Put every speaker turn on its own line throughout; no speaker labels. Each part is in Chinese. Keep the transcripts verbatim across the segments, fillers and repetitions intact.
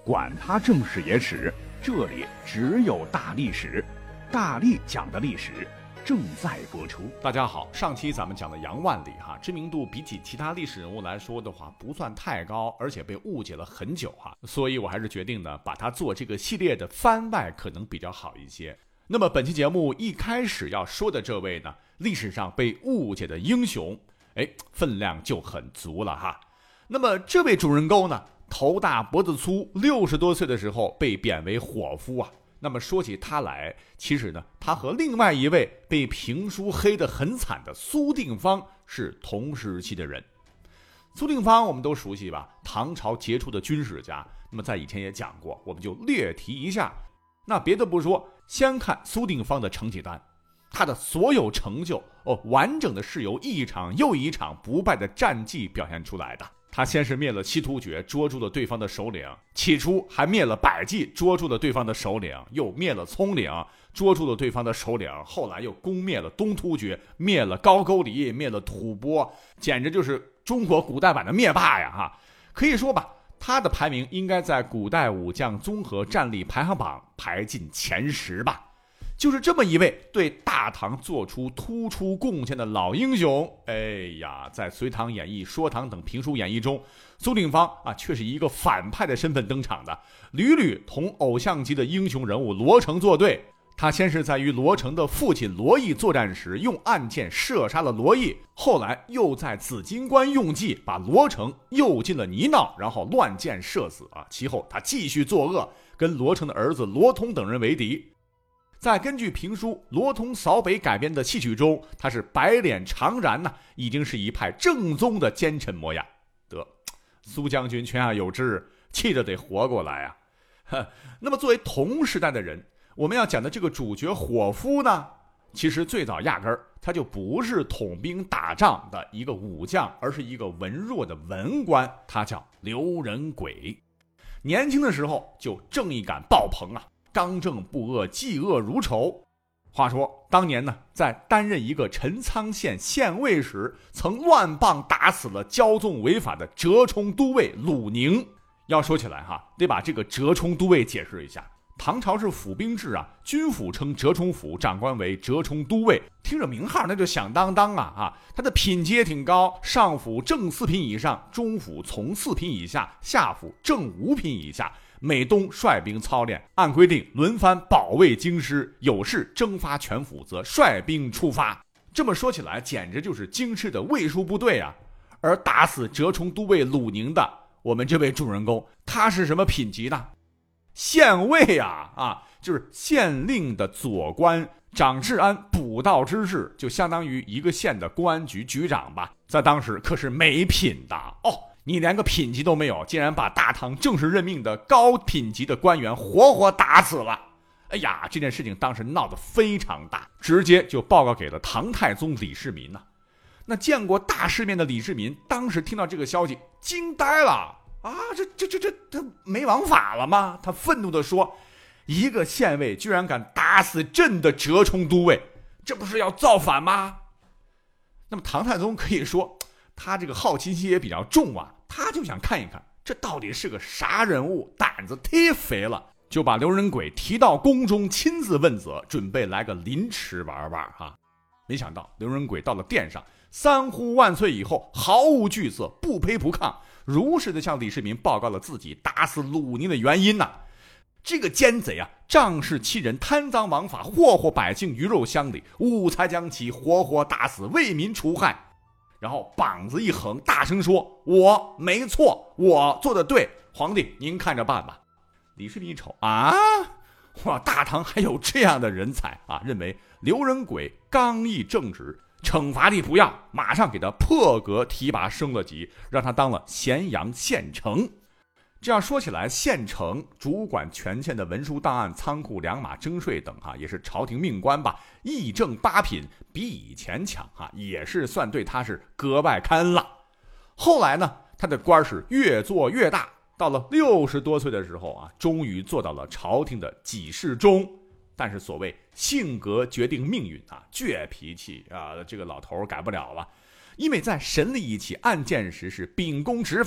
管他正史野史，这里只有大历史，大力讲的历史正在播出。
大家好，上期咱们讲的杨万里哈，知名度比起其他历史人物来说的话不算太高，而且被误解了很久哈，所以我还是决定呢把它做这个系列的番外可能比较好一些。那么本期节目一开始要说的这位呢，历史上被误解的英雄，哎，分量就很足了哈。那么这位主人公呢，头大脖子粗，六十多岁的时候被贬为伙夫啊。那么说起他来，其实呢，他和另外一位被评书黑得很惨的苏定方是同时期的人。苏定方我们都熟悉吧，唐朝杰出的军事家。那么在以前也讲过，我们就略提一下。那别的不说，先看苏定方的成绩单，他的所有成就哦，完整的是由一场又一场不败的战绩表现出来的。他先是灭了七突厥，捉住了对方的首领，起初还灭了百济，捉住了对方的首领，又灭了葱岭，捉住了对方的首领，后来又攻灭了东突厥，灭了高句丽，灭了吐蕃，简直就是中国古代版的灭霸呀哈！可以说吧，他的排名应该在古代武将综合战力排行榜排进前十吧。就是这么一位对大唐做出突出贡献的老英雄，哎呀，在《隋唐演义》《说唐》等评书演义中，苏定方啊，却是一个反派的身份登场的，屡屡同偶像级的英雄人物罗成作对。他先是在与罗成的父亲罗毅作战时用暗箭射杀了罗毅，后来又在紫金关用计把罗成诱进了泥淖，然后乱箭射死啊。其后他继续作恶，跟罗成的儿子罗通等人为敌。在根据评书《罗通扫北》改编的戏曲中，他是白脸长髯呢，已经是一派正宗的奸臣模样。得，苏将军泉下有知，气着得活过来啊！那么作为同时代的人，我们要讲的这个主角伙夫呢，其实最早压根儿他就不是统兵打仗的一个武将，而是一个文弱的文官，他叫刘仁轨。年轻的时候就正义感爆棚啊，刚正不阿，嫉恶如仇。话说当年呢，在担任一个陈仓县县尉时，曾乱棒打死了骄纵违法的折冲都尉鲁宁。要说起来哈，得把这个折冲都尉解释一下。唐朝是府兵制啊，军府称折冲府，长官为折冲都尉，听着名号那就响当当啊啊！他的品级也挺高，上府正四品以上，中府从四品以下，下府正五品以下。每冬率兵操练，按规定轮番保卫京师，有事征发全府则率兵出发。这么说起来，简直就是京师的卫戍部队啊！而打死折冲都尉鲁宁的我们这位主人公，他是什么品级呢？县尉啊啊，就是县令的左官，掌治安补道之事，就相当于一个县的公安局局长吧，在当时可是没品的哦。你连个品级都没有，竟然把大唐正式任命的高品级的官员活活打死了！哎呀，这件事情当时闹得非常大，直接就报告给了唐太宗李世民呐。那见过大世面的李世民，当时听到这个消息，惊呆了啊！这这这这他没王法了吗？他愤怒地说：“一个县尉居然敢打死朕的折冲都尉，这不是要造反吗？”那么唐太宗可以说，他这个好奇心也比较重啊，他就想看一看这到底是个啥人物，胆子忒肥了，就把刘仁轨提到宫中亲自问责，准备来个凌迟玩玩哈。没想到刘仁轨到了殿上，三呼万岁以后毫无惧色，不卑不亢，如实的向李世民报告了自己打死鲁宁的原因呐、啊。这个奸贼啊，仗势欺人，贪赃枉法，祸祸百姓鱼肉乡里，误才将其活活打死，为民除害。然后膀子一横，大声说：“我没错，我做的对，皇帝您看着办吧。”李世民一瞅啊，哇，大唐还有这样的人才啊！认为刘仁轨刚毅正直，惩罚力不要，马上给他破格提拔升了级，让他当了咸阳县丞。这样说起来，县丞主管全县的文书档案、仓库、粮马、征税等哈，也是朝廷命官吧，议政八品，比以前强哈，也是算对他是格外看恩了。后来呢，他的官是越做越大，到了六十多岁的时候啊，终于做到了朝廷的给事中。但是所谓性格决定命运啊，倔脾气啊，这个老头改不了了。因为在审理一起案件时是秉公执法，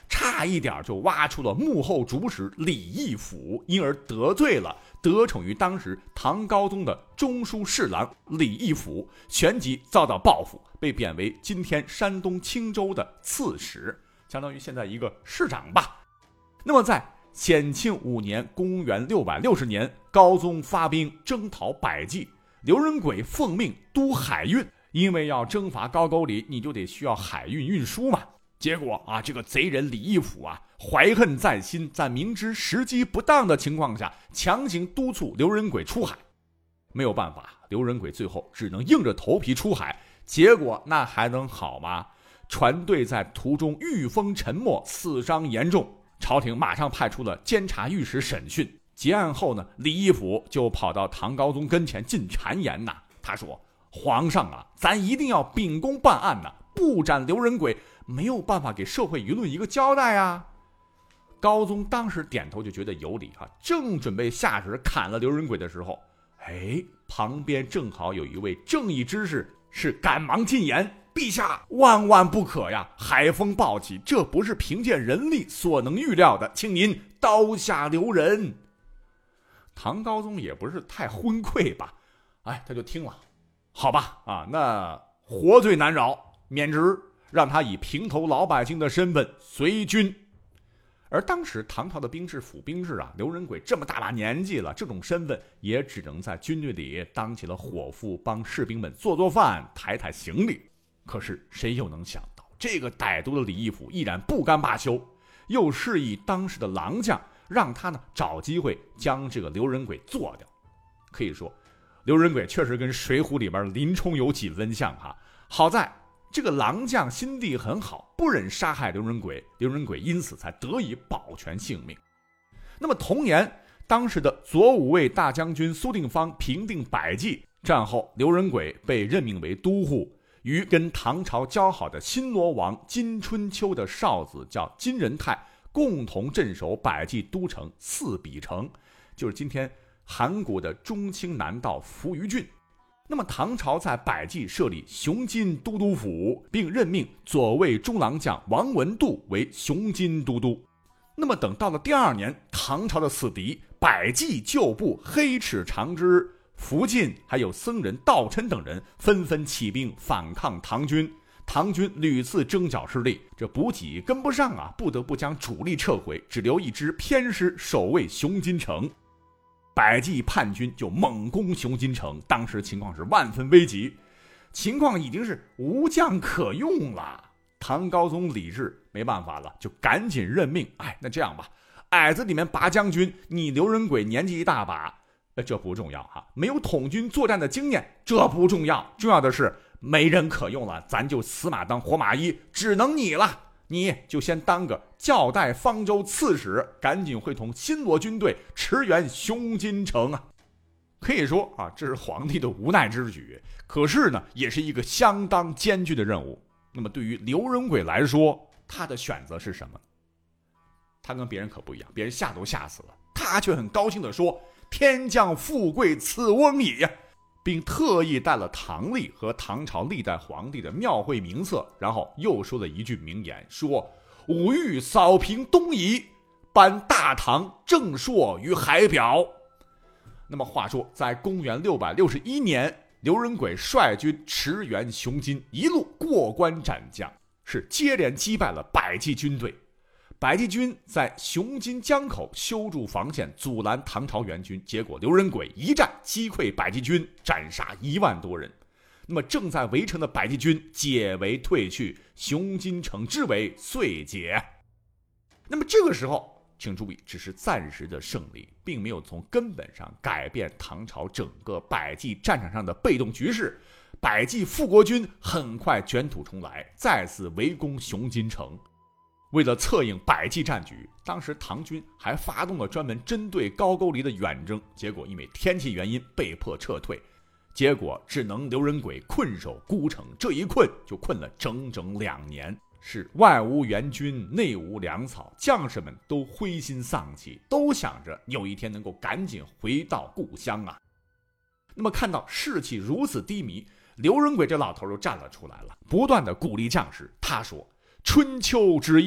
差一点就挖出了幕后主使李义府，因而得罪了得宠于当时唐高宗的中书侍郎李义府，旋即遭到报复，被贬为今天山东青州的刺史，相当于现在一个市长吧。那么在显庆五年，公元六百六十年，高宗发兵征讨百济，刘仁轨奉命督海运，因为要征伐高句丽，你就得需要海运运输嘛。结果啊，这个贼人李义府啊，怀恨在心，在明知时机不当的情况下，强行督促刘仁轨出海。没有办法，刘仁轨最后只能硬着头皮出海。结果那还能好吗？船队在途中遇风沉没，死伤严重。朝廷马上派出了监察御史审讯。结案后呢，李义府就跑到唐高宗跟前进谗言呐。他说：“皇上啊，咱一定要秉公办案呐，不斩刘仁轨，没有办法给社会舆论一个交代啊。”高宗当时点头就觉得有理啊，正准备下旨砍了刘仁轨的时候，哎，旁边正好有一位正义之士是赶忙进言：“陛下，万万不可呀！海风暴起，这不是凭借人力所能预料的，请您刀下留人。”唐高宗也不是太昏聩吧，哎，他就听了，好吧，啊，那活罪难饶，免职，让他以平头老百姓的身份随军。而当时唐朝的兵制府兵制啊，刘仁轨这么大把年纪了，这种身份也只能在军队里当起了伙夫，帮士兵们做做饭，抬抬行李。可是谁又能想到，这个歹毒的李义府依然不甘罢休，又示意当时的郎将，让他呢找机会将这个刘仁轨做掉。可以说，刘仁轨确实跟《水浒》里边林冲有几分像哈。好在这个郎将心地很好，不忍杀害刘仁轨，刘仁轨因此才得以保全性命。那么同年，当时的左武卫大将军苏定方平定百济，战后刘仁轨被任命为都护，与跟唐朝交好的新罗王金春秋的少子叫金仁泰，共同镇守百济都城四比城，就是今天函谷的中清南道扶余郡。那么唐朝在百济设立雄津都督府，并任命左卫中郎将王文度为雄津都督。那么等到了第二年，唐朝的死敌百济旧部黑齿长枝、福晋还有僧人道琛等人纷纷起兵反抗唐军，唐军屡次征剿失利，这补给跟不上啊，不得不将主力撤回，只留一支偏师守卫雄津城。百济叛军就猛攻雄津城，当时情况是万分危急，情况已经是无将可用了。唐高宗李治没办法了，就赶紧任命，哎，那这样吧，矮子里面拔将军，你刘仁轨年纪一大把，这不重要哈，没有统军作战的经验，这不重要，重要的是没人可用了，咱就死马当活马医，只能你了。你就先当个校带方州刺史，赶紧会同新罗军队驰援雄津城啊！可以说啊，这是皇帝的无奈之举，可是呢，也是一个相当艰巨的任务。那么对于刘仁轨来说，他的选择是什么？他跟别人可不一样，别人吓都吓死了，他却很高兴地说：“天降富贵此翁也呀！”并特意带了唐历和唐朝历代皇帝的庙会名册，然后又说了一句名言，说：“吾欲扫平东夷，颁大唐正朔于海表。”那么话说，在公元六百六十一年，刘仁轨率军驰援雄津，一路过关斩将，是接连击败了百济军队。百济军在雄津江口修筑防线，阻拦唐朝援军，结果刘仁轨一战击溃百济军，斩杀一万多人。那么正在围城的百济军解围退去，雄津城之围遂解。那么这个时候请注意，只是暂时的胜利，并没有从根本上改变唐朝整个百济战场上的被动局势。百济复国军很快卷土重来，再次围攻雄津城。为了策应百济战局，当时唐军还发动了专门针对高句丽的远征，结果因为天气原因被迫撤退，结果只能刘仁轨困守孤城，这一困就困了整整两年，是外无援军，内无粮草，将士们都灰心丧气，都想着有一天能够赶紧回到故乡啊。那么看到士气如此低迷，刘仁轨这老头就站了出来了，不断的鼓励将士。他说：“春秋之役，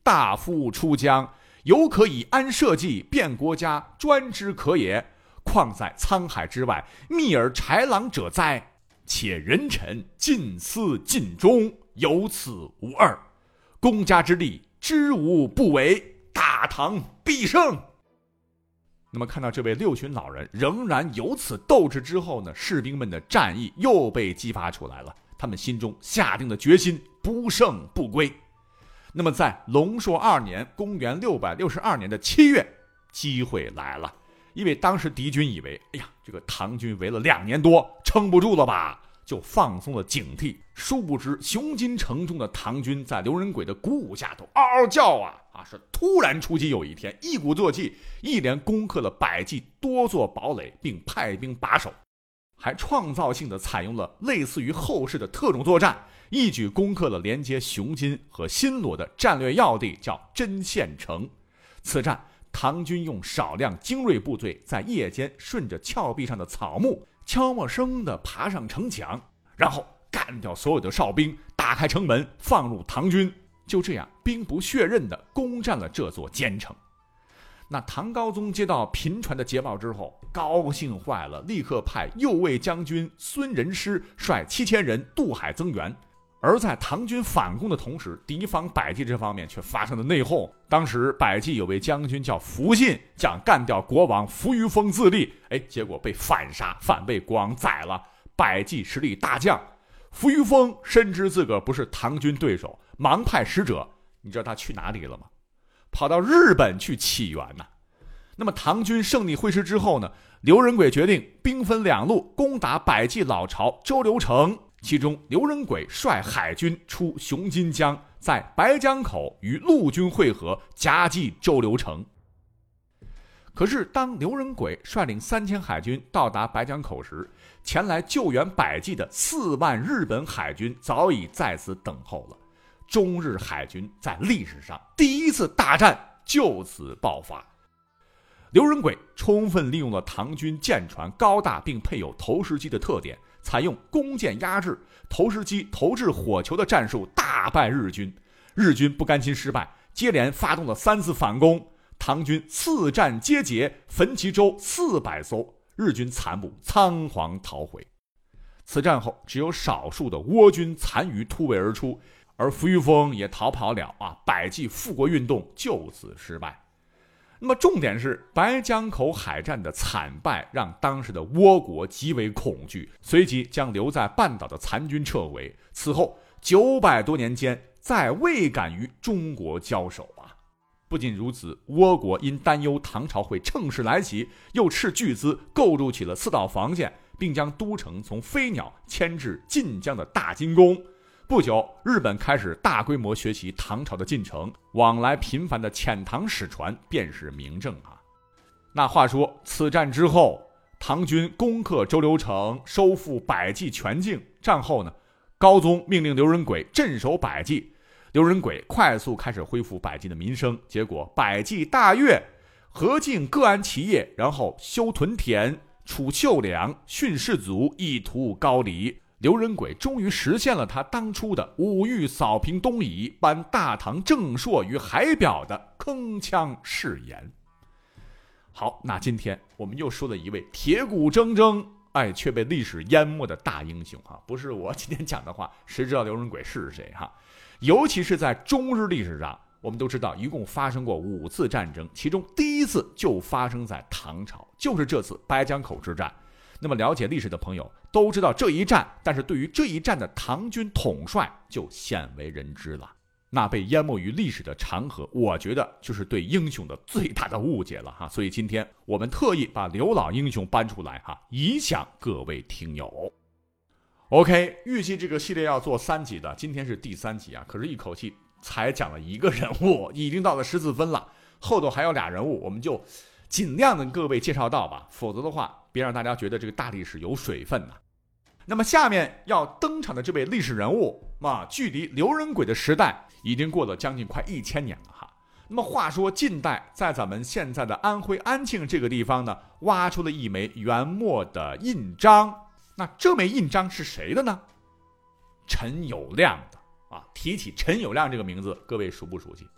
大夫出疆，犹可以安社稷，变国家，专之可也。况在沧海之外，密而豺狼者哉？且人臣尽思尽忠，有此无二。公家之力，知无不为，大唐必胜。那么看到这位六旬老人仍然有此斗志之后呢，士兵们的战意又被激发出来了，他们心中下定了决心，不胜不归。那么在龙朔二年，公元六百六十二年的七月，机会来了。因为当时敌军以为，哎呀，这个唐军围了两年多，撑不住了吧，就放松了警惕。殊不知，雄心城中的唐军在刘仁轨的鼓舞下，都嗷嗷叫啊啊！是突然出击，有一天一鼓作气，一连攻克了百济多座堡垒，并派兵把守，还创造性的采用了类似于后世的特种作战，一举攻克了连接雄津和新罗的战略要地，叫真县城。此战，唐军用少量精锐部队在夜间顺着峭壁上的草木悄默声地爬上城墙，然后干掉所有的哨兵，打开城门放入唐军，就这样兵不血刃地攻占了这座坚城。那唐高宗接到频传的捷报之后，高兴坏了，立刻派右卫将军孙仁师率七千人渡海增援。而在唐军反攻的同时，敌方百济这方面却发生了内讧。当时百济有位将军叫福信，想干掉国王扶余丰自立，哎，结果被反杀，反被国王宰了。百济实力大降，扶余丰深知自个不是唐军对手，忙派使者，你知道他去哪里了吗？跑到日本去起源呢。那么唐军胜利会师之后呢，刘仁轨决定兵分两路攻打百济老巢周留城。其中刘仁轨率海军出雄津江，在白江口与陆军会合，夹击周留城。可是当刘仁轨率领三千海军到达白江口时，前来救援百济的四万日本海军早已在此等候了。中日海军在历史上第一次大战就此爆发。刘仁轨充分利用了唐军舰船高大并配有投石机的特点，采用弓箭压制、投石机投掷火球的战术，大败日军。日军不甘心失败，接连发动了三次反攻，唐军四战皆捷，焚其舟四百艘，日军残部仓皇逃回。此战后，只有少数的倭军残余突围而出，而扶余丰也逃跑了啊！百济复国运动就此失败。那么重点是白江口海战的惨败让当时的倭国极为恐惧，随即将留在半岛的残军撤回。此后九百多年间再未敢与中国交手啊！不仅如此，倭国因担忧唐朝会乘势来袭，又斥巨资构筑起了四道防线，并将都城从飞鸟迁至晋江的大金宫。不久，日本开始大规模学习唐朝的进程，往来频繁的遣唐使船便是明证啊。那话说，此战之后，唐军攻克周留城，收复百济全境。战后呢，高宗命令刘仁轨镇守百济，刘仁轨快速开始恢复百济的民生。结果百济大悦，何进各安其业，然后修屯田、储秀粮、训士卒，一图高黎。刘仁轨终于实现了他当初的五欲扫平东夷，颁大唐正朔于海表的铿锵誓言。好，那今天我们又说了一位铁骨铮铮哎却被历史淹没的大英雄哈，不是我今天讲的话，谁知道刘仁轨是谁哈？尤其是在中日历史上，我们都知道一共发生过五次战争，其中第一次就发生在唐朝，就是这次白江口之战。那么了解历史的朋友都知道这一战，但是对于这一战的唐军统帅就鲜为人知了。那被淹没于历史的长河，我觉得就是对英雄的最大的误解了哈。所以今天我们特意把刘老英雄搬出来哈，以享各位听友。OK， 预计这个系列要做三集的，今天是第三集啊，可是一口气才讲了一个人物，已经到了十四分了，后头还有俩人物，我们就尽量的各位介绍到吧，否则的话别让大家觉得这个大历史有水分呢、啊。那么下面要登场的这位历史人物啊，距离刘仁轨的时代已经过了将近快一千年了哈。那么话说近代在咱们现在的安徽安庆这个地方呢，挖出了一枚元末的印章。那这枚印章是谁的呢？陈友谅的啊。提起陈友谅这个名字，各位熟不熟悉？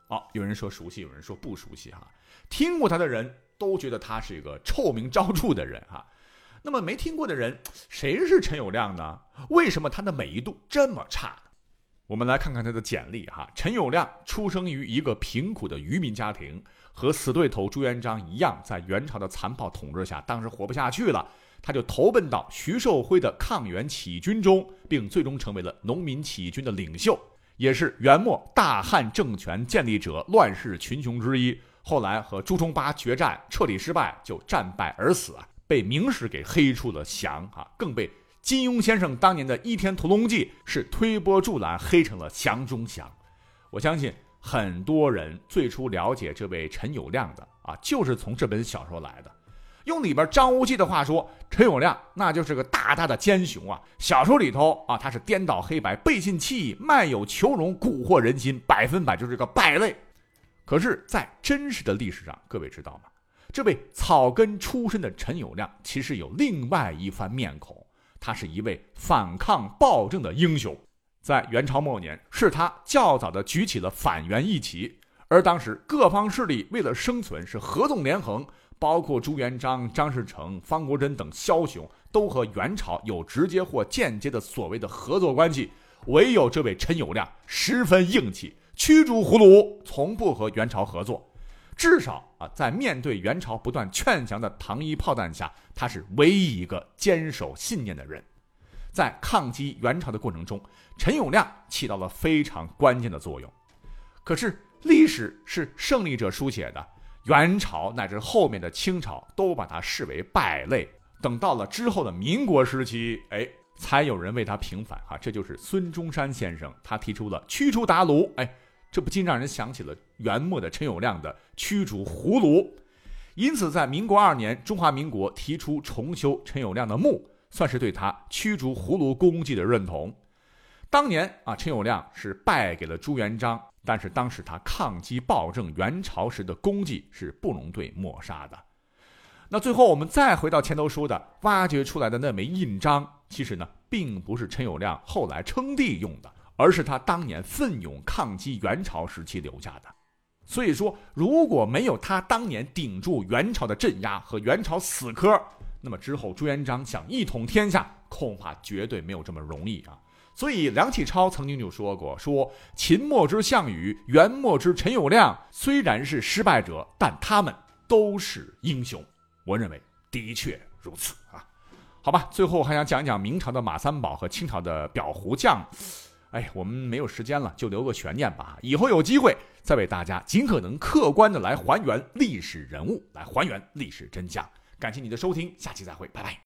哦，有人说熟悉，有人说不熟悉哈。听过他的人都觉得他是一个臭名昭著的人哈。那么没听过的人，谁是陈友谅呢？为什么他的美誉度这么差？我们来看看他的简历哈。陈友谅出生于一个贫苦的渔民家庭，和死对头朱元璋一样，在元朝的残暴统治下，当时活不下去了，他就投奔到徐寿辉的抗元起义军中，并最终成为了农民起义军的领袖，也是元末大汉政权建立者乱世群雄之一。后来和朱重八决战，彻底失败，就战败而死啊，被明史给黑出了降啊，更被金庸先生当年的《倚天屠龙记》是推波助澜，黑成了降中降。我相信很多人最初了解这位陈友谅的啊，就是从这本小说来的。用里边张无忌的话说，陈友谅那就是个大大的奸雄啊！小说里头啊，他是颠倒黑白、背信弃义、卖友求荣、蛊惑人心，百分百就是个败类。可是，在真实的历史上，各位知道吗？这位草根出身的陈友谅其实有另外一番面孔，他是一位反抗暴政的英雄。在元朝末年，是他较早的举起了反元义旗，而当时各方势力为了生存是合纵连横，包括朱元璋、张士诚、方国珍等枭雄都和元朝有直接或间接的所谓的合作关系，唯有这位陈友谅十分硬气，驱逐胡虏，从不和元朝合作。至少啊，在面对元朝不断劝降的糖衣炮弹下，他是唯一一个坚守信念的人。在抗击元朝的过程中，陈友谅起到了非常关键的作用。可是历史是胜利者书写的，元朝乃至后面的清朝都把他视为败类。等到了之后的民国时期，哎，才有人为他平反啊，这就是孙中山先生，他提出了驱除鞑虏，哎，这不禁让人想起了元末的陈友谅的驱逐胡虏。因此在民国二年，中华民国提出重修陈友谅的墓，算是对他驱逐胡虏功绩的认同。当年啊，陈友谅是败给了朱元璋，但是当时他抗击暴政元朝时的功绩是不容对抹杀的。那最后我们再回到前头说的挖掘出来的那枚印章，其实呢并不是陈友谅后来称帝用的，而是他当年奋勇抗击元朝时期留下的。所以说，如果没有他当年顶住元朝的镇压和元朝死磕，那么之后朱元璋想一统天下，恐怕绝对没有这么容易啊。所以梁启超曾经就说过，说秦末之项羽，元末之陈友谅，虽然是失败者，但他们都是英雄。我认为的确如此啊。好吧，最后还想讲一讲明朝的马三宝和清朝的裱糊匠。哎，我们没有时间了，就留个悬念吧。以后有机会再为大家尽可能客观的来还原历史人物，来还原历史真相。感谢你的收听，下期再会，拜拜。